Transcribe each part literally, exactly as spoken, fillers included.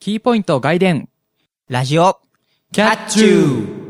キーポイント外伝ラジオキャッチュー。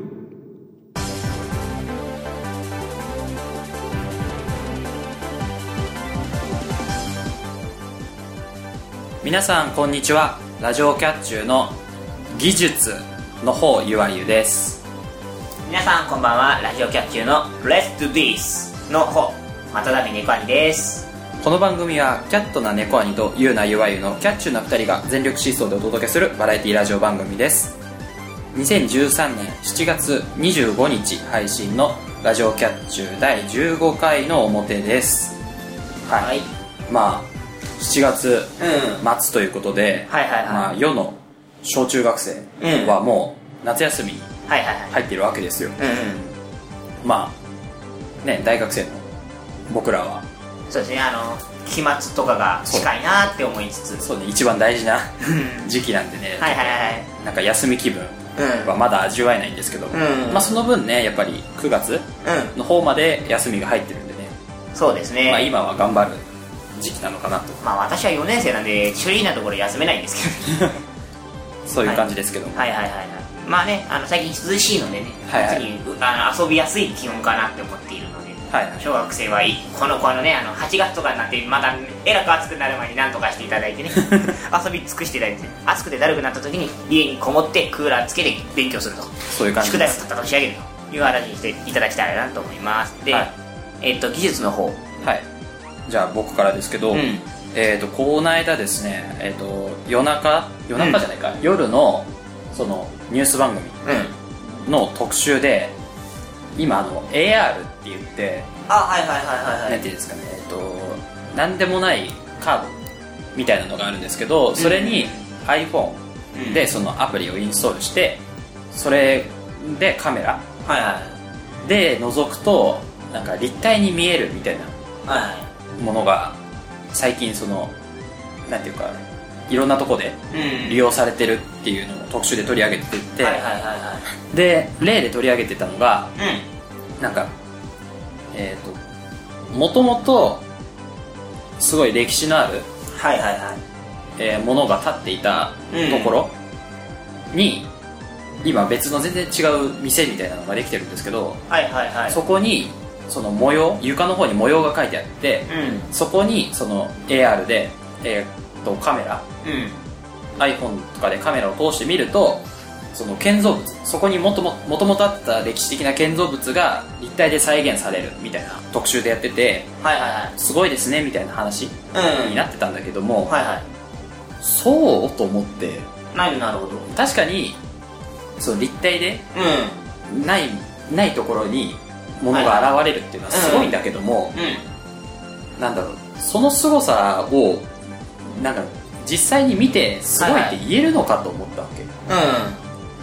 皆さんこんにちは。ラジオキャッチューの技術の方ゆわゆです。 皆さんこんばんは。ラジオキャッチューの Let's Do This の方又田猫兄です。 この番組はキャットな猫兄とゆうなゆわゆのキャッチューなふたりが全力疾走でお届けするバラエティラジオ番組です。にせんじゅうさんねんしちがつにじゅうごにち配信のラジオキャッチューだいじゅうごかいの表です。はい、はい、まあしちがつ末ということで、 うんはいはいはいまあ、世の小中学生はもう夏休みに入っているわけですよ、 うんうん、 まあね大学生の僕らはそうですね、あの期末とかが近いなって思いつつそうね一番大事な時期なんでねはいはいはいなんか休み気分はまだ味わえないんですけど、うんまあ、その分ねやっぱりくがつの方まで休みが入ってるんでね、 そうですね、 まあ、今は頑張る時期なのかなと。 まあ私はよねん生なんでシュリーなところ休めないんですけどそういう感じですけども、 はい、はいはいはいはいまあねあの最近涼しいのでね、 はいはい、 夏にあの遊びやすい気温かなって思っているので、はいはい、小学生はいいこの子のねあのはちがつとかになってまたえらく暑くなる前に何とかしていただいてね遊び尽くしていただいて暑くてだるくなった時に家にこもってクーラーつけて勉強するとそういう感じ宿題をたったと仕上げるという話にしていただきたいなと思います。で、はい、えー、っと技術の方はいじゃあ僕からですけど、うんえー、とこの間ですね、えー、と夜中夜中じゃないか、うん、夜のそのニュース番組の特集で、うん、今あの エーアール って言ってあはいはいはいはいはいなんていうんですかね、えー、となんでもないカードみたいなのがあるんですけどそれに iPhone でそのアプリをインストールしてそれでカメラで覗くとなんか立体に見えるみたいなはいはいものが最近そのなんていうかいろんなとこで利用されてるっていうのを特集で取り上げてて、で例で取り上げてたのが、うん、なんかえっ、ー、ともともとすごい歴史のある、 はいはいはいえー、ものが建っていたところに、うん、今別の全然違う店みたいなのができてるんですけど、 はいはいはい、 そこにその模様床の方に模様が書いてあって、うん、そこにその エーアール で、えー、とカメラ、うん、iPhone とかでカメラを通して見るとその建造物そこにもともともとあった歴史的な建造物が立体で再現されるみたいな特集でやってて、はいはいはい、すごいですねみたいな話になってたんだけども、うんはいはい、そうと思ってなるなるほど確かにその立体で、うん、ない、ないところにものが現れるっていうのはすごいんだけども、うんうん、なんだろうその凄さをなんか実際に見てすごいって言えるのかと思ったわけ、はいはい、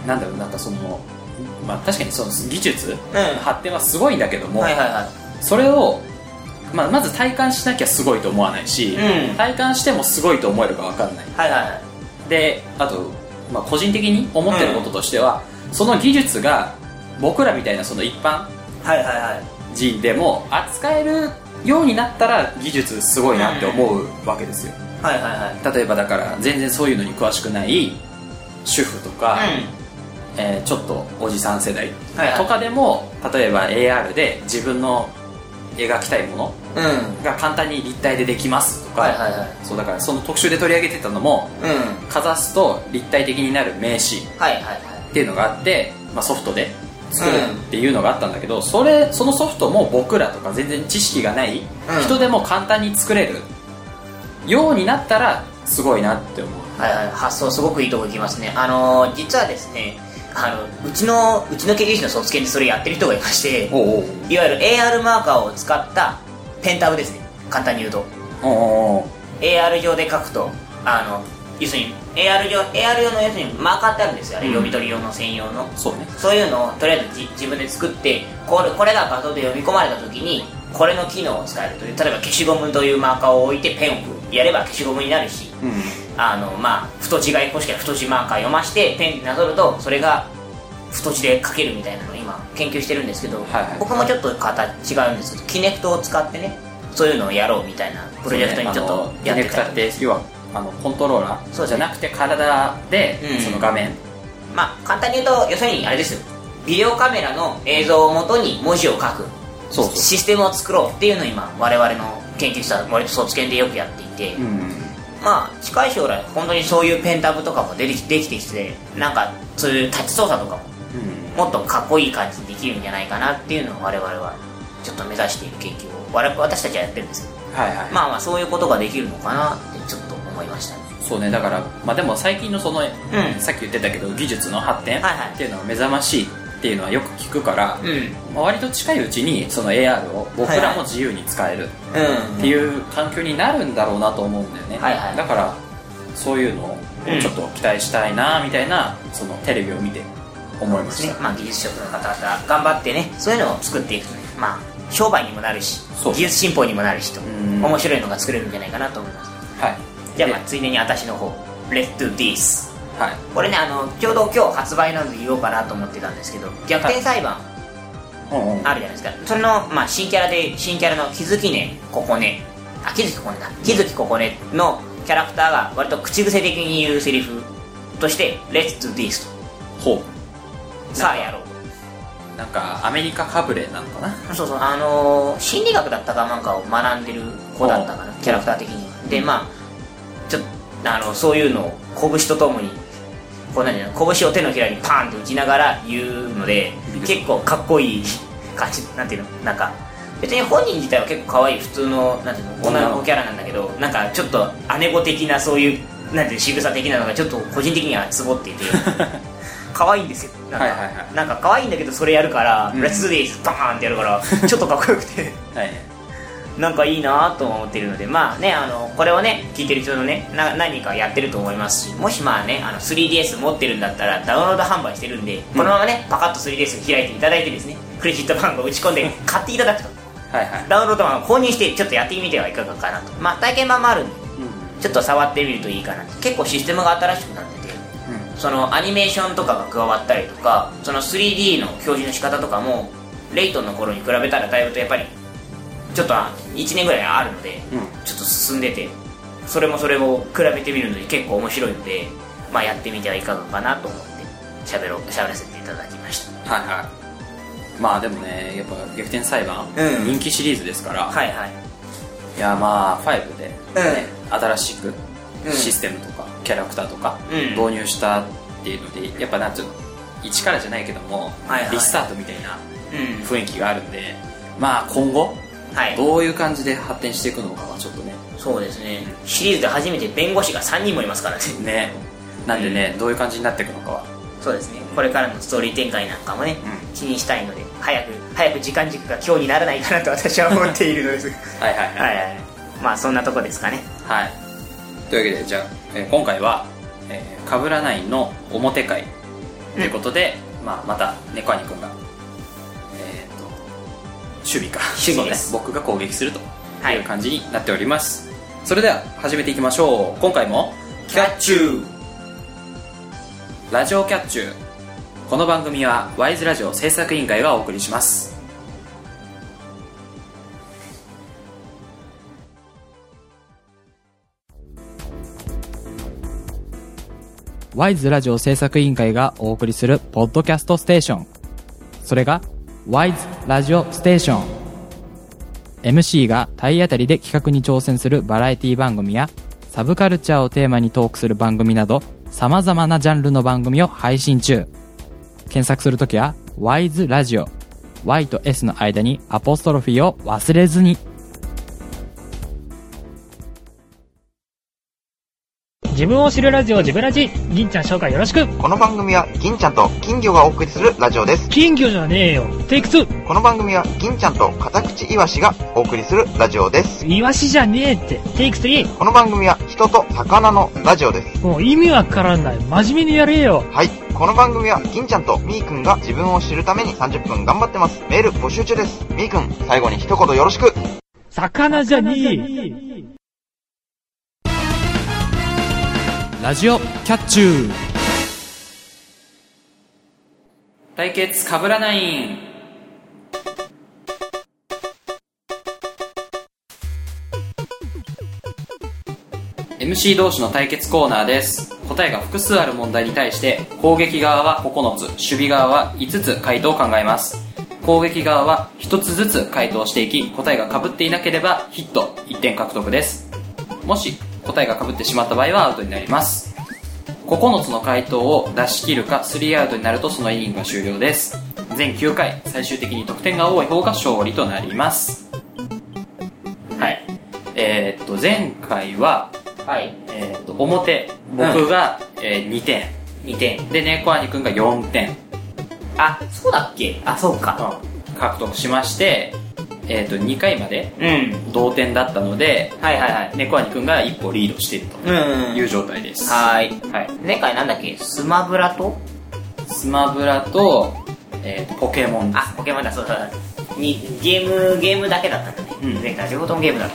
なんだろうなんかその、まあ、確かにその技術、うん、発展はすごいんだけども、はいはいはい、それを、まあ、まず体感しなきゃすごいと思わないし、うん、体感してもすごいと思えるか分かんない、はいはいはい、であと、まあ、個人的に思ってることとしては、うん、その技術が僕らみたいなその一般はいはいはい、人でも扱えるようになったら技術すごいなって思うわけですよ、うんはいはいはい、例えばだから全然そういうのに詳しくない主婦とか、うんえー、ちょっとおじさん世代とかでも、はいはい、例えば エーアール で自分の描きたいものが簡単に立体でできますとか、はいはいはい、そうだからその特集で取り上げてたのも、うん、かざすと立体的になる名刺っていうのがあって、まあ、ソフトで作るっていうのがあったんだけど、うん、それそのソフトも僕らとか全然知識がない人でも簡単に作れるようになったらすごいなって思う、 はいはい、発想すごくいいとこいきますね。あのー、実はですねあのうちのうちの研究室の卒研でそれやってる人がいましておうおういわゆる エーアール マーカーを使ったペンタブですね簡単に言うとおうおう エーアール 上で書くとあの要するに エーアール 上, エーアール 用の要するにマーカーってあるんですよ、うん、読み取り用の専用のそうね、そういうのをとりあえず自分で作ってこれ、これが画像で読み込まれた時にこれの機能を使えるという例えば消しゴムというマーカーを置いてペンをやれば消しゴムになるし、うん、あのまあ太字が欲しければ太字マーカー読ましてペンになぞるとそれが太字で書けるみたいなのを今研究してるんですけど、はいはい、僕もちょっと形違うんですけどキネクトを使ってねそういうのをやろうみたいなプロジェクトにちょっとやってたり、 キネクタって要はあのコントローラーじゃなくて体でその画面、うん、 まあ簡単に言うと要するにあれですよ、ビデオカメラの映像をもとに文字を書くそうそうシステムを作ろうっていうのを今我々の研究者割と卒研でよくやっていて、うん、まあ近い将来本当にそういうペンタブとかも出てきできてきて、なんかそういうタッチ操作とかも、うん、もっとかっこいい感じにできるんじゃないかなっていうのを我々はちょっと目指している研究を我々私たちはやってるんですけど、はいはい、まあまあそういうことができるのかなってちょっと思いましたね。 そうね、だから、まあ、でも最近のその、うん、さっき言ってたけど技術の発展っていうのは目覚ましいっていうのはよく聞くから、うんまあ、割と近いうちにその エーアール を僕らも自由に使えるっていう環境になるんだろうなと思うんだよね、はいはい、だからそういうのをちょっと期待したいなみたいな、そのテレビを見て思いました、ねまあ、技術職の方々頑張ってねそういうのを作っていくとね、まあ、商売にもなるし技術進歩にもなるしと面白いのが作れるんじゃないかなと思います、はい、じゃあ、まあ、ついでに私の方 Let's do this、はい、これねあのちょうど今日発売なので言おうかなと思ってたんですけど、逆転裁判、はい、あるじゃないですか。それの、まあ、新キャラで新キャラの木月ねここねあ木月ここねだ木月ここねのキャラクターが割と口癖的に言うセリフとして Let's do this とほうさあやろうと、なんかアメリカかぶれなのかな。そうそう、あのー、心理学だったかなんかを学んでる子だったかな、キャラクター的には。でまあちょっとあのそういうのを拳とともにこうなんていうの、拳を手のひらにパーンって打ちながら言うので結構かっこいい感じ、なんていうの、なんか別に本人自体は結構可愛い普通のなんていうの女の子キャラなんだけど、なんかちょっと姉子的なそういうなんていう仕草的なのがちょっと個人的にはツボっていて可愛いんですよ。なんか、はいはいはい、なんか可愛いんだけどそれやるから「レッツディーズバーン!」ってやるからちょっとかっこよくてはい、なんかいいなと思っているので、まあね、あのこれをね聞いてる人のねな何人かやってると思いますし、もしまあねあの スリーディーエス 持ってるんだったらダウンロード販売してるんで、うん、このままねパカッと スリーディーエス 開いていただいてですね、クレジット番号を打ち込んで買っていただくとはい、はい、ダウンロード版を購入してちょっとやってみてはいかがかなと。まあ体験版もあるんで、うん、ちょっと触ってみるといいかなと。結構システムが新しくなってて、うん、そのアニメーションとかが加わったりとか、その スリーディー の表示の仕方とかもレイトンの頃に比べたらだいぶとやっぱりちょっといちねんぐらいあるので、うん、ちょっと進んでて、それもそれを比べてみるので結構面白いので、まあ、やってみてはいかがかなと思ってしゃべろうしゃべらせていただきました。はいはい。まあでもねやっぱ逆転裁判、うん、人気シリーズですから、はいはい、いやまあファイブで、ねうん、新しくシステムとか、うん、キャラクターとか導入したっていうので、やっぱなんちょっと一からじゃないけども、はいはい、リスタートみたいな雰囲気があるんで、うん、まあ今後はい、どういう感じで発展していくのかはちょっとね。そうですね、シリーズで初めて弁護士がさんにんもいますからねね、なんでね、うん、どういう感じになっていくのかはそうですね、これからのストーリー展開なんかもね、うん、気にしたいので早く早く時間軸が今日にならないかなと私は思っているのですはいはいはい、はいはい、まあそんなとこですかね。はいというわけでじゃあ、えー、今回は、えー、かぶらないの表会ということで、うんまあ、また猫兄くんが守備か守備です、ね、僕が攻撃するという感じになっております、はい、それでは始めていきましょう。今回もキャッチューラジオキャッチュー、この番組はワイズラジオ制作委員会がお送りします。 ワイズラジオ制作委員会がお送りするポッドキャストステーション、それがワイズラジオステーション。 エムシー が体当たりで企画に挑戦するバラエティ番組やサブカルチャーをテーマにトークする番組など様々なジャンルの番組を配信中。検索するときはワイズラジオ、 Y と S の間にアポストロフィーを忘れずに。 自分を知るラジオジブラジ、銀ちゃん紹介よろしく。 この番組は銀ちゃんと金魚がお送りするラジオです。 金魚じゃねえよ、テイクツー。 この番組は銀ちゃんとカタクチイワシがお送りするラジオです。 イワシじゃねえって、テイクスリー。 この番組は人と魚のラジオです。 もう意味わからない、真面目にやれよ。 はい、この番組は銀ちゃんとみーくんが自分を知るためにさんじゅっぷん頑張ってます。メール募集中です。みーくん、最後に一言よろしく。 魚じゃねえ。 ラジオキャッチュー対決かぶらないん。エムエムシー 同士の対決コーナーです。答えが複数ある問題に対して攻撃側はここのつ、守備側はいつつ回答を考えます。攻撃側はひとつずつ回答していき、答えが被っていなければヒットいってん獲得です。もし答えが被ってしまった場合はアウトになります。ここのつの回答を出し切るかスリーアウトになるとそのイニングが終了です。全きゅうかい、最終的に得点が多い方が勝利となります。はい。えー、っと前回は、はいえー、っと表僕が、うんえー、にてんにてんで猫兄くんがよんてん、 あ、そうだっけ。あ、そうか、 うん、獲得しまして、えー、とにかいまで同点だったので、 はいはいはい、 猫兄くんが一歩リードしているという状態です。 はい、 はい、 前回なんだっけ、スマブラとスマブラと、えー、とポケモンです。 あ、ポケモンだ、そうだにゲームゲームだけだったんだね、うん、前回両方ともゲームだった。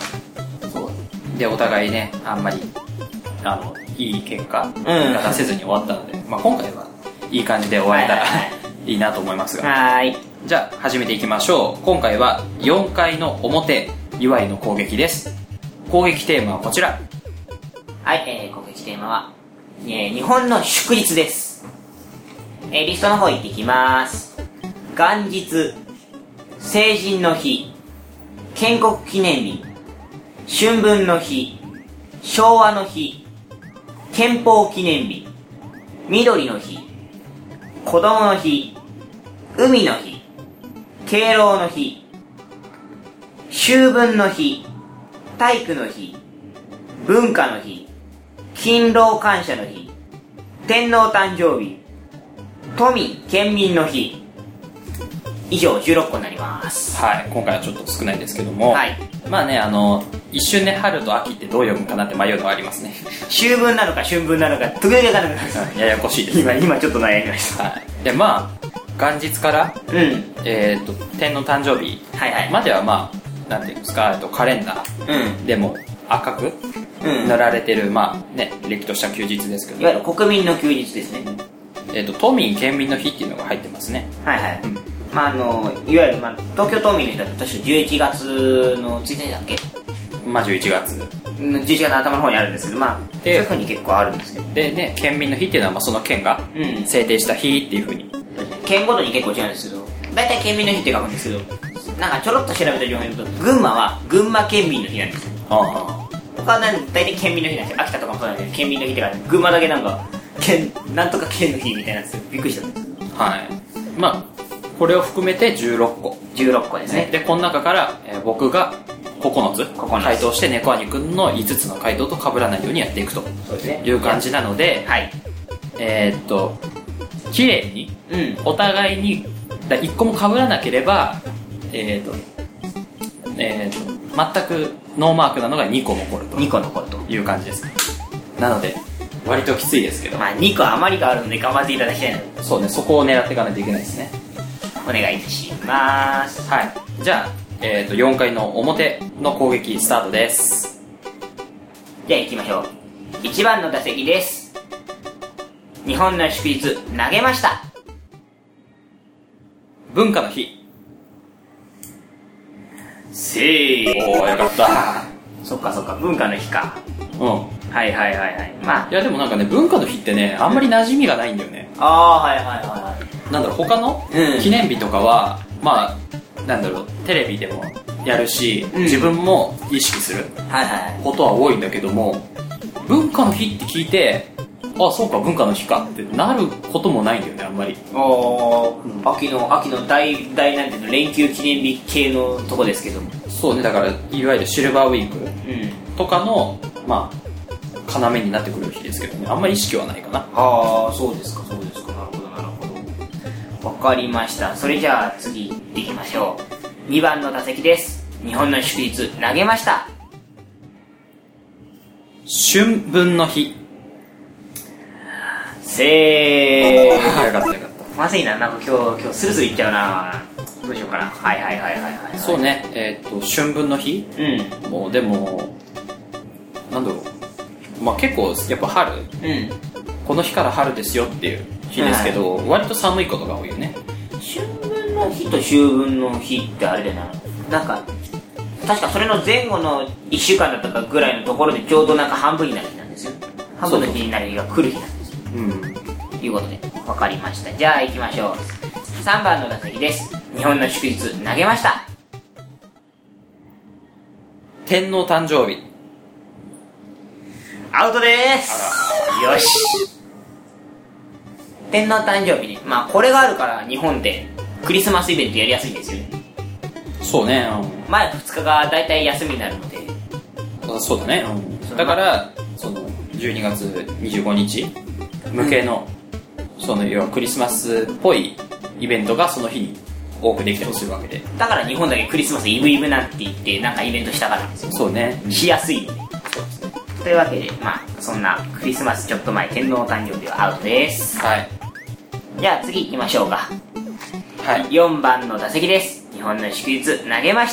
そうでお互いねあんまりあのいい結果が出せずに終わったので、うんまあ、今回はいい感じで終われたら、はいはいはいいいなと思いますが、 はいじゃあ始めていきましょう。今回はよんかいの表岩井の攻撃です。攻撃テーマはこちら。 はい、えー、攻撃テーマは、えー、日本の祝日です。えー、リストの方行ってきます。元日、成人の日、建国記念日、春分の日、昭和の日、憲法記念日、緑の日、子供の日、海の日、敬老の日、秋分の日、体育の日、文化の日、勤労感謝の日、天皇誕生日、都民県民の日、以上じゅうろっこになります。 はい、今回はちょっと少ないですけども、 はい、 まあねあの一瞬ね春と秋ってどう読むかなって迷うのはありますね。 秋分なのか春分なのか時々分からなくなります。 ややこしいです、 今今ちょっと悩みました。 はい、でまあ元日から、うんえー、と天皇誕生日まではまあなんていうんですかとカレンダーでも赤く塗られてる、まあねれっきとした休日ですけど、 いわゆる国民の休日ですね。 えー、と都民県民の日っていうのが入ってますね。 はいはい、うんまあ、あのいわゆる、まあ、東京都民の日だと確かじゅういちがつのついたちだっけ。 まあじゅういちがつじゅういちがつの頭の方にあるんですけど、まあそういうふうに結構あるんですけど、 でね県民の日っていうのはまあその県が制定した日っていうふうに、 県ごとに結構違うんですけど、大体県民の日って書くんですけど、なんかちょろっと調べた情報によると群馬は群馬県民の日なんですよ。ああ他は大体県民の日なんですよ。秋田とかもそうなんですけど県民の日って書いて、群馬だけなんか県なんとか県の日みたいなんですよ。びっくりしたんですけど、 はいまあこれを含めてじゅうろっこじゅうろっこですね。 でこの中から、えー、僕がここのつ回答して猫兄くんのいつつの回答と被らないようにやっていくという感じなので、 はい、 えー、っと綺麗に、うん、お互いにだいっこも被らなければえー、っとえー、っと全くノーマークなのがにこ残るとにこ残るという感じです。なので割ときついですけど、 まあ、にこ余りがあるので頑張っていただきたいので、 そうねそこを狙っていかないといけないですね。 お願いします。 はいじゃあ、えー、とよんかいの表の攻撃スタートです。 じゃあ行きましょう。いちばんの打席です。日本の祝日投げました。 文化の日。 せーおーよかった。 そっかそっか文化の日か。 うんはいはいはいはいまあいやでもなんかね文化の日ってねあんまり馴染みがないんだよね。 ああはいはいはいはいなんだろう他の記念日とかは、うん、まあなんだろうテレビでもやるし、うん、自分も意識することは多いんだけども、文化の日って聞いてあそうか文化の日かってなることもないんだよねあんまり。 ああ、うん、秋の秋の大大なんていうの連休記念日系のとこですけども。 そうねだからいわゆるシルバーウィークとかの、うん、まあ要になってくる日ですけどねあんまり意識はないかな。 ああそうですかそうですかなるほどなるほどわかりました。それじゃあ次行ってきましょう。にばんの打席です。日本の祝日投げました。 春分の日。 せーよかったよかった。 まずいななんか今日今日スルスルいっちゃうな。どうしようかな。はいはいはいはいはい、はい、 そうねえっ、ー、と春分の日、うん、もうでもなんだろうまあ結構やっぱ春、うん、この日から春ですよっていう日ですけど、はい、割と寒いことが多いよね。 春分の日と秋分の日ってあれだななんか確かそれの前後のいっしゅうかんだったかぐらいのところでちょうどなんか半分になる日なんでハブの日になる日が来る日なんですよ。 うん。 ということで、わかりました。じゃあ行きましょう。さんばんの打席です。日本の祝日、投げました。 天皇誕生日。 アウトでーす。よし。天皇誕生日ね。まあこれがあるから日本でクリスマスイベントやりやすいんですよね。 そうね、 うん、前ふつかがだいたい休みになるので。 あ、そうだね、うん、だからそのじゅうにがつにじゅうごにち向けの、うん、その要はクリスマスっぽいイベントがその日に多くできたりするわけで、 だから日本だけクリスマスイブイブなんて言ってなんかイベントしたからなんですよ。 そうね、 しやすいよね。そうですね。というわけで、まあそんなクリスマスちょっと前天皇誕生日はアウトです。 はい。 じゃあ次行きましょうか。 はい。 よんばんの打席です。日本の祝日投げました。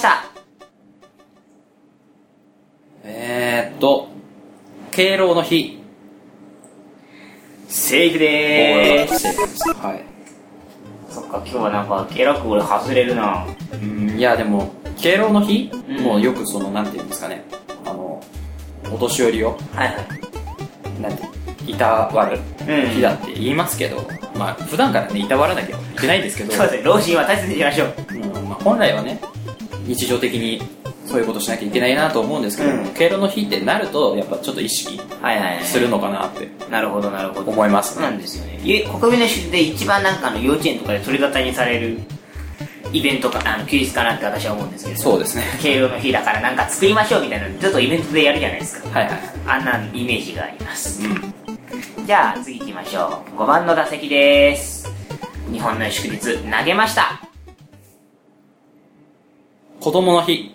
えーっと敬老の日。 セーフでーす。 セーフです。はい。 そっか、今日はなんかえらく俺外れるな。 うん、いやでも敬老の日、 うん、 もうよくそのなんていうんですかね、あのお年寄りをはいはいなんていたわる日だって言いますけど、うん、まあ普段からねいたわらなきゃいけないんですけど、 そうですね、老人は大切にしましょう。 うん、まあ、本来はね日常的にそういうことしなきゃいけないなと思うんですけど、うん、敬老の日ってなるとやっぱちょっと意識するのかなってなるほどなるほど思います、ね、 そうなんですよね。国民の祝日で一番なんかの幼稚園とかで取り沙汰にされるイベントかあの休日かなって私は思うんですけど、 そうですね、 敬老の日だからなんか作りましょうみたいなのちょっとイベントでやるじゃないですか。 はいはい、 あんなイメージがあります、うん、じゃあ次行きましょう。ごばんの打席です。日本の祝日投げました。 子供の日。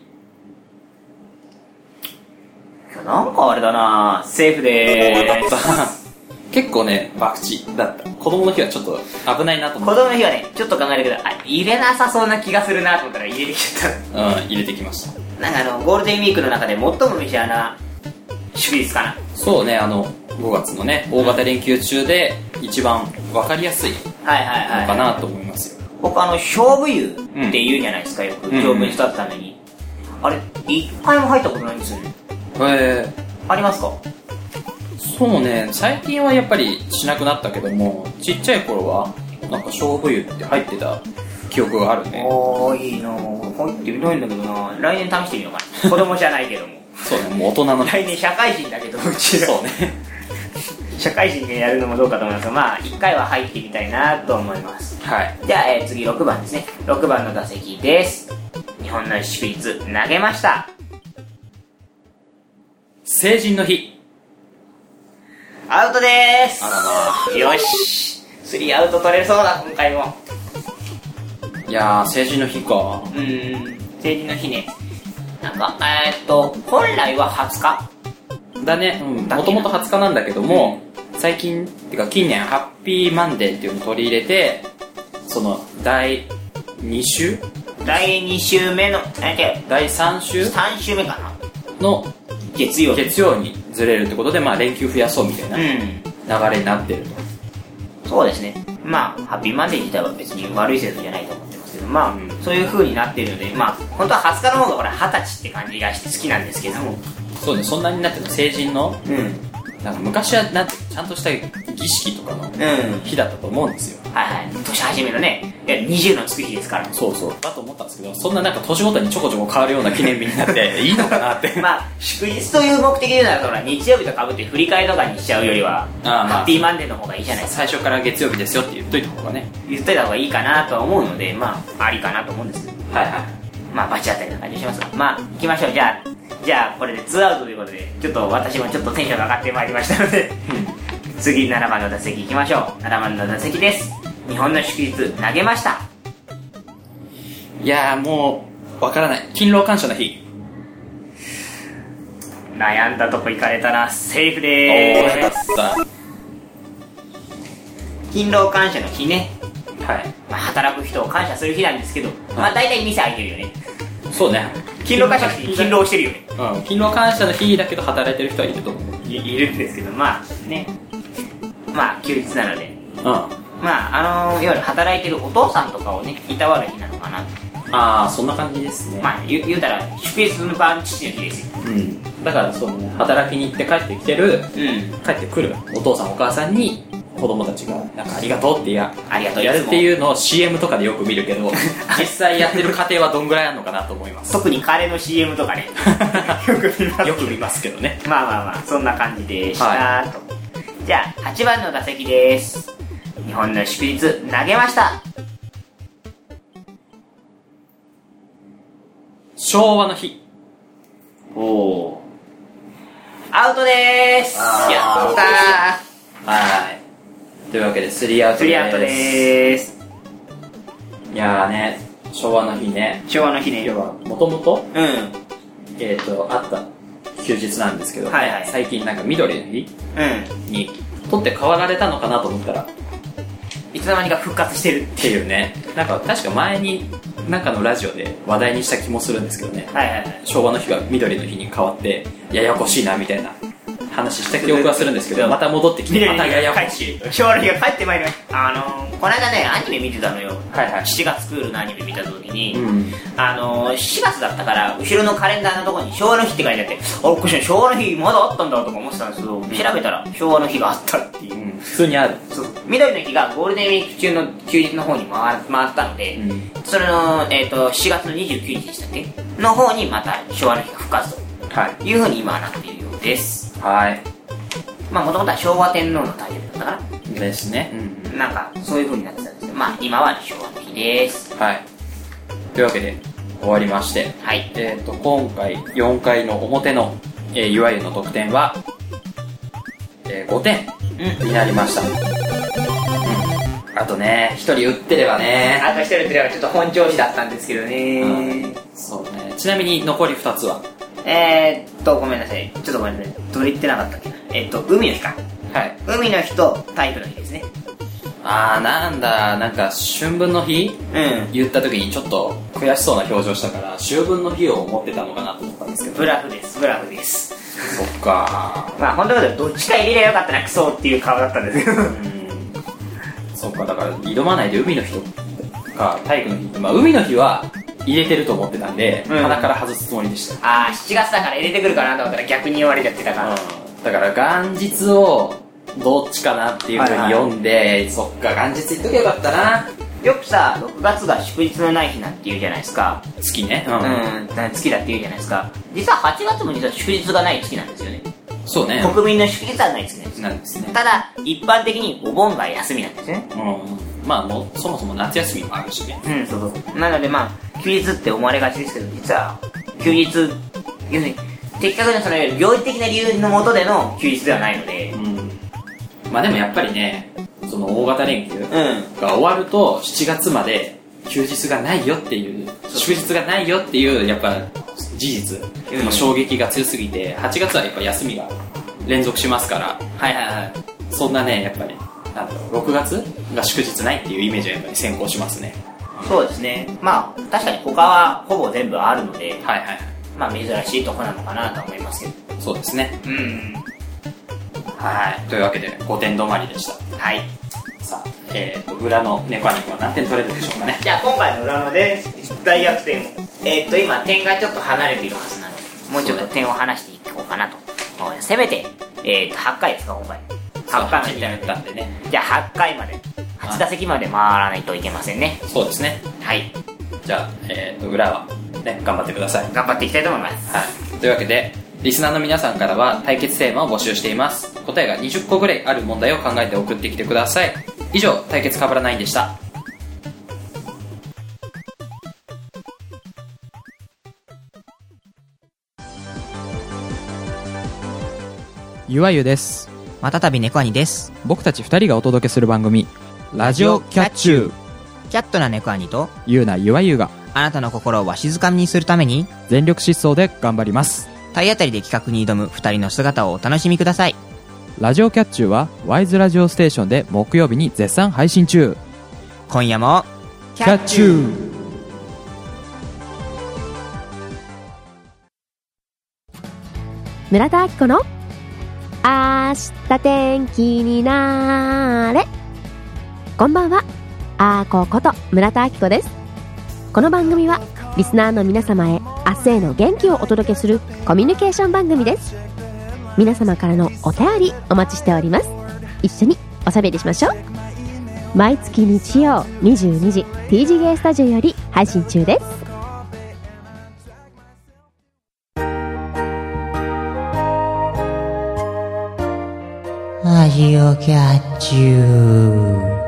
なんかあれだな、セーフでーす。 結構ね博打だった。子供の日はちょっと危ないなと思って。 子供の日はねちょっと考えるけど、あ、入れなさそうな気がするなと思ったら入れてきちゃった。 うん、入れてきました。 なんかあのゴールデンウィークの中で最もメジャーな祝日かな。 そうね、あのごがつのね大型連休中で一番分かりやすいのかなと思いますよ。 僕あの勝負湯って言うじゃないですか、よく丈夫に育つために、うん、あれ一回も入ったことないんですよね。 へえー、 ありますか？ そうね、最近はやっぱりしなくなったけども、ちっちゃい頃はなんか勝負湯って入ってた記憶があるね。 おー、いいなぁ、入ってみたいんだけどな。来年試してみようかな。子供じゃないけどもそうね、もう大人の来年社会人だけどうちそうね社会人でやるのもどうかと思いますが、まあいっかいは入ってみたいなと思います。 はい。 じゃあ、えー、次ろくばんですね。ろくばんの打席です。日本の祝日投げました。 成人の日。 アウトでーす。 あらまよし、スリーアウト取れそうだ今回も。 いやー、成人の日か。 うーん、成人の日ね、なんかえー、っと本来ははつかだね。もともとはつかなんだけども、うん、最近ってか近年ハッピーマンデーっていうのを取り入れて、そのだいに週だいに週目のだいさん週さん週目かなの月曜月曜にずれるってことで、まあ連休増やそうみたいな流れになってると、 うん、そうですね。まあハッピーマンデー自体は別に悪い制度じゃないと思ってますけど、まあ、うん、そういう風になってるので、まあ本当ははつかの方がほらはたちって感じがして好きなんですけども、 そうね、そんなになってるの成人の、 うん、 なんか昔はなんてちゃんとした儀式とかの日だったと思うんですよ、 うん、はいはい、年始めのねにじゅうのつく日ですから。 そうそうだと思ったんですけど、そんななんか年ごとにちょこちょこ変わるような記念日になっていいのかなってまあ祝日という目的で言うなら、ほら日曜日とかぶって振り替えとかにしちゃうよりは、あ、まあ、ハッピーマンデーの方がいいじゃないですか。 最初から月曜日ですよって言っといた方がね、 言っといた方がいいかなとは思うので、まあありかなと思うんですけど、 はいはい、 まあバチ当たりな感じしますが、まあ行きましょう。じゃあじゃあこれでツーアウトということで、ちょっと私もちょっとテンションが上がってまいりましたので次ななばんの打席行きましょう。ななばんの打席です。日本の祝日投げました。 いやーもうわからない。勤労感謝の日。 悩んだとこ行かれたな。セーフでーす。 おー、よかった。 勤労感謝の日ね、 はい、 まあ、働く人を感謝する日なんですけど、はい、まあ大体店開いてるよね。 そうね、 勤労感謝の日に勤労してるよね。 うん、勤労感謝の日だけど働いてる人はいると思う。 い, いるんですけど、まあね、まあ休日なので、 うん、 まああのー、いわゆる働いてるお父さんとかをねいたわる日なのかな。 ああ、そんな感じですね。 まあ言う、言うたら祝日の晩父の日ですよ。 うん。だからそのね、働きに行って帰ってきてる、 うん帰ってくるお父さんお母さんに子供たちがなんかありがとうってやありがとうやるっていうのを シーエム とかでよく見るけど実際やってる家庭はどんぐらいあるのかなと思います。 特にカレーの シーエム とかねよく見ますよく見ますけどね。 まあまあまあそんな感じでした、 はと。じゃあはちばんの打席です。日本の祝日投げました。 昭和の日。 おおアウトでーす。 あーやったはいというわけでスリーアウートです。 スリーアウトでーす。 いやーね、昭和の日ね、 昭和の日ね。 今日はもともとうんえっとあった休日なんですけど、 はいはい最近なんか緑の日うんに取って代わられたのかなと思ったらいつの間にか復活してるっってていうね、なんか確か前になんかのラジオで話題にした気もするんですけどね、 はいはいはい昭和の日が緑の日に変わってややこしいなみたいな話した記憶はするんですけど、また戻ってきてまたややこしい。 昭和の日が帰ってまいりました。あのー、この間ねアニメ見てたのよ。 はいはい。 しちがつクールのアニメ見た時に、 うん。 あのー、しがつだったから後ろのカレンダーのところに昭和の日って書いてあって、あ、おかしい、昭和の日まだあったんだとか思ってたんですけど、調べたら昭和の日があったっていう、 うん、普通にある。 そう緑の日がゴールデンウィーク中の休日の方に回回ったので、 うん。 それの、えー、としがつのにじゅうくにちでしたっけの方にまた昭和の日が復活はというふうに今はなっているようです。 い。はい。 まあもともとは昭和天皇の誕生日だったかですね。 な、なんかそういう風になってたんですけど、まあ今は昭和の日です。 はい。というわけで終わりまして、 はいえっ、と今回よんかいの表の、えー、いわゆるの得点は、えー、ごてんうんになりました。うん。あとね、ひとり打ってればね。 あと一人とればちょっと本調子だったんですけどね、 うん、そうね。ちなみに残りふたつは、 えーっとごめんなさい、ちょっとごめんなさい、どれ言ってなかったっけな。えーっと海の日か。 はい。 海の日と体育の日ですね。 あーなんだ、なんか春分の日うん言った時にちょっと悔しそうな表情したから秋分の日を思ってたのかなと思ったんですけど。 ブラフですブラフです。 そっかまあ本当だけどどっちか入れりゃよかったなクソっていう顔だったんですけどー。うん。そっか、だから挑まないで海の日とか体育の日、まあ海の日は入れてると思ってたんで、 うん鼻から外すつもりでした。 ああしちがつだから入れてくるかなと思ったら逆に言われちゃってたから、 うん。だから元日をどっちかなっていう風に読んで、はいはい、そっか元日言っとけばよかったな。 よくさろくがつが祝日のない日なんて言うじゃないですか。 月ね。 うん、うん、月だって言うじゃないですか。実ははちがつも実は祝日がない月なんですよね。 そうね。 国民の祝日はない月なんです。 なんですね。 ただ一般的にお盆が休みなんですね。 うん。まあもうそもそも夏休みもあるしね。 うん、そうそう。なのでまあ休日って思われがちですけど、実は休日、要するに的確なその行為的な理由のもとでの休日ではないので、 うん。まあでもやっぱりね、その大型連休うんが終わるとしちがつまで休日がないよっていう、祝日がないよっていうやっぱ事実の衝撃が強すぎて、はちがつはやっぱ休みが連続しますから、 はいはいはい。 そんなね、やっぱりなんだろう、ろくがつが祝日ないっていうイメージはやっぱり先行しますね。 そうですね。まあ確かに他はほぼ全部あるので、 はいはい。 まあ珍しいとこなのかなと思いますけど。 そうですね。 うん。 はい。というわけでごてん止まりでした。 はい。 さあ、えーと、裏の猫兄貴は何点取れるでしょうかね。 じゃあ今回の裏ので大逆転を。えー、っと今点がちょっと離れているはずなので、もうちょっと点を離していこうかなと。せめて、えー、っとはちかいですか今回。はちかいまでやったんでね。 じゃあはちかいまで、はち打席まで回らないといけませんね。 そうですね。 はい。 じゃあ、えーと、裏はね、頑張ってください。 頑張っていきたいと思います。 はい。というわけで、リスナーの皆さんからは対決テーマを募集しています。答えがにじゅっこぐらいある問題を考えて送ってきてください。以上、対決かぶらないんでした。 ゆわゆです。 またたび猫兄です。 僕たち二人がお届けする番組、ラジオキャッチュー。 キャットな猫兄とゆうなゆわゆがあなたの心をわしづかみにするために全力疾走で頑張ります。 体当たりで企画に挑む二人の姿をお楽しみください。 ラジオキャッチューはワイズラジオステーションで木曜日に絶賛配信中。 今夜もキャッチュー。 村田明子の明日天気になーれ。こんばんは、あーここと村田明子です。 この番組はリスナーの皆様へ明日への元気をお届けするコミュニケーション番組です。皆様からのお便りお待ちしております。一緒におしゃべりしましょう。毎月日曜にじゅうにじ ティージーエー スタジオより配信中です。 ラジオキャッチュー。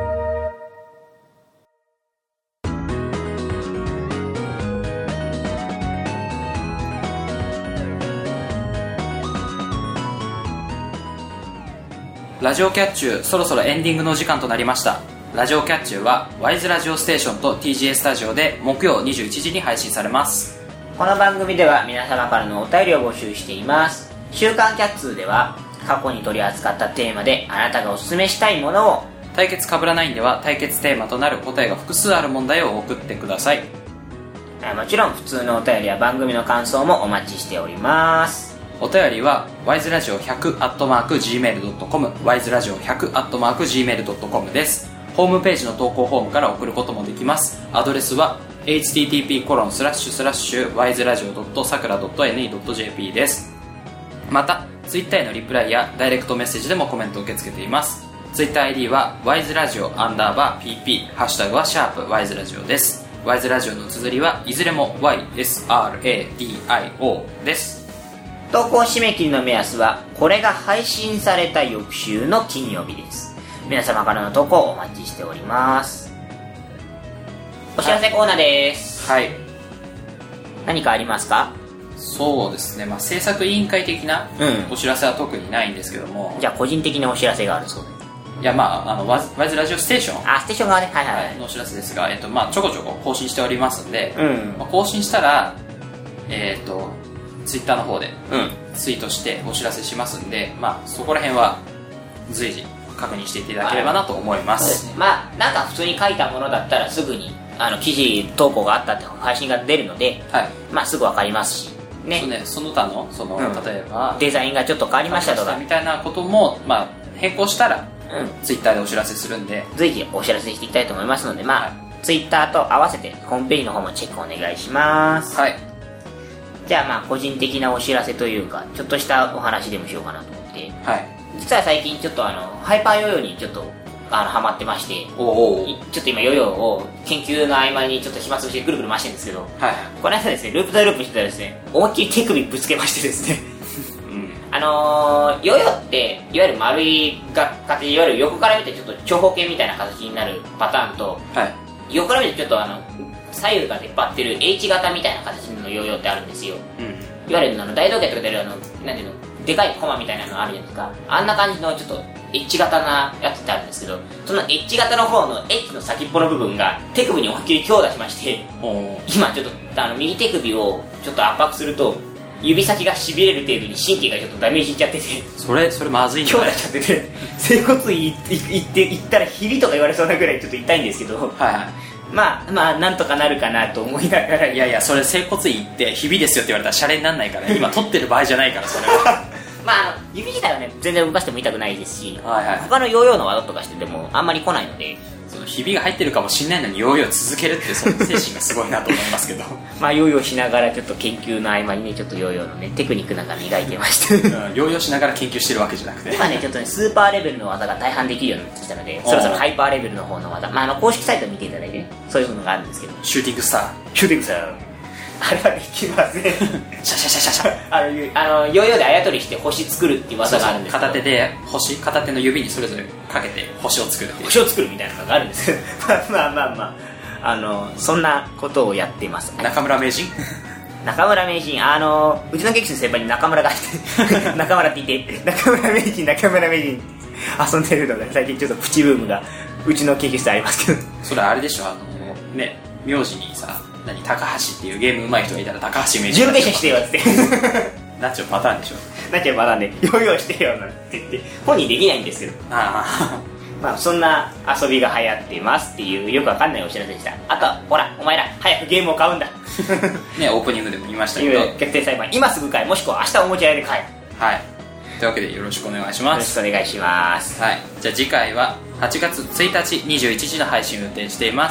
ラジオキャッチュー、そろそろエンディングの時間となりました。ラジオキャッチューはワイズラジオステーションと ティージーエー スタジオで木曜にじゅういちじに配信されます。 この番組では皆様からのお便りを募集しています。週刊キャッツーでは過去に取り扱ったテーマであなたがおすすめしたいものを、 対決かぶらないんでは対決テーマとなる答えが複数ある問題を送ってください。 もちろん普通のお便りや番組の感想もお待ちしております。 お便りは ワイズラジオひゃく アットマーク ジーメール ドットコム ワイズラジオひゃく アットマーク ジーメール ドットコム です。ホームページの投稿フォームから送ることもできます。アドレスは エイチティーティーピーコロンスラッシュスラッシュワイズラジオドットサクラドットエヌイードットジェーピー です。またツイッターへのリプライやダイレクトメッセージでもコメントを受け付けています。ツイッター アイディー は ワイズラジオ アンダーバー ピーピー ハッシュタグはシャープ ワイズラジオです。ワイズラジオの綴りはいずれも ワイエスアールエーディーアイオー です。 投稿締め切りの目安はこれが配信された翌週の金曜日です。皆様からの投稿をお待ちしております。お知らせコーナーです。 はい、 何かありますか？ そうですね、まあ、制作委員会的なお知らせは特にないんですけども、 うん、じゃあ個人的なお知らせがあるそうで、 いや、まあ、あのワイズ、ワイズラジオステーションあステーション側ね、はいはい、はい、 のお知らせですが、えっとまあ、ちょこちょこ更新しておりますんで、 うんまあ、更新したらえっとツイッターの方でうんツイートしてお知らせしますんで、まあ、そこら辺は随時確認していただければなと思います。 そうですね、まあなんか普通に書いたものだったらすぐにあの記事投稿があったって配信が出るので、 はい、 まあすぐ分かりますしね。 そうね、その他のその、 うん、 例えばデザインがちょっと変わりましたとかみたいなことも、まあ、変更したら、 うん、 ツイッターでお知らせするんで随時お知らせしていきたいと思いますので、まあ、 はい、 ツイッターと合わせてホームページの方もチェックお願いします。 はい。 じゃあまあ個人的なお知らせというかちょっとしたお話でもしようかなと思って、 はい、 実は最近ちょっとあのハイパーヨーヨーにちょっとあのハマってまして、 おおちょっと今ヨーヨーを研究の合間にちょっと暇つぶしでぐるぐる回してるんですけど、 はい、 この間ですねループ対ループしてたらですね思いっきり手首ぶつけましてですねうん、あのー、ヨーヨーっていわゆる丸い形、いわゆる横から見てちょっと長方形みたいな形になるパターンと、 はい、 横から見てちょっとあの左右が出っ張ってる H 型みたいな形のヨーヨーってあるんですよ、うん、いわゆるあの大道芸とかであるあのなんていうのでかいコマみたいなのあるじゃないですか。あんな感じのちょっと H 型なやつってあるんですけど、その H 型の方の H の先っぽの部分が手首に思いっきり強打しまして、今ちょっとあの右手首をちょっと圧迫すると指先がしびれる程度に神経がちょっとダメージいっちゃってて、 それそれまずいんじゃない？ 強打しちゃってて整骨院行って行ったらヒビとか言われそうなぐらいちょっと痛いんですけど、 はいはい、 まあまあなんとかなるかなと思いながら、 いやいやそれ整骨院行ってひびですよって言われたらシャレにならないから、ね、今取ってる場合じゃないからそれはまあ、あの指自体はね全然動かしても痛くないですし、 はいはい、 他のヨーヨーの技とかしててもあんまり来ないので、 そのひびが入ってるかもしれないのにヨーヨー続けるってその精神がすごいなと思いますけどまあヨーヨーしながらちょっと研究の合間にねちょっとヨーヨーのねテクニックなんか磨いてましたうん、ヨーヨーしながら研究してるわけじゃなくて今ねちょっとねスーパーレベルの技が大半できるようになってきたので、そろそろハイパーレベルの方の技、まあ、あの公式サイト見ていただいて、ね、そういうのがあるんですけど、 シューティングスターシューティングスターあれはできませんシャシャシャシャシャあのあのヨーヨーであやとりして星作るっていう技があるんですけど、 片手で星片手の指にそれぞれかけて星を作るっていう星を作るみたいなのがあるんですまあまあまあまああのそんなことをやっています。 中村名人中村名人、あのうちの劇士の先輩に中村が中村って言って中村名人中村名人遊んでるので最近ちょっとプチブームがうちの研究室ありますけど、 それあれでしょ、あのね名字にさ何高橋っていうゲーム上手い人がいたら高橋名人準備してよってなっちゃうパターンでしょ。 なっちゃうパターンでヨーヨーしてよなんて言って本人できないんですけど、 あまあそんな遊びが流行ってますっていうよくわかんないお知らせでした。あとはほらお前ら早くゲームを買うんだね、オープニングでも言いましたけど決定裁判今すぐ買い、もしくは明日お持ち帰りで買え。 はいというわけでよろしくお願いします。 よろしくお願いします。 はい、じゃあ次回ははちがつついたちにじゅういちじの配信を予定しています。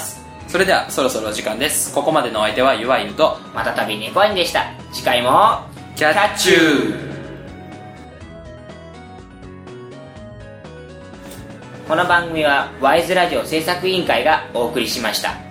それではそろそろ時間です。ここまでのお相手はゆわゆとまたたび猫兄でした。次回もキャッチュー。 この番組はワイズラジオ制作委員会がお送りしました。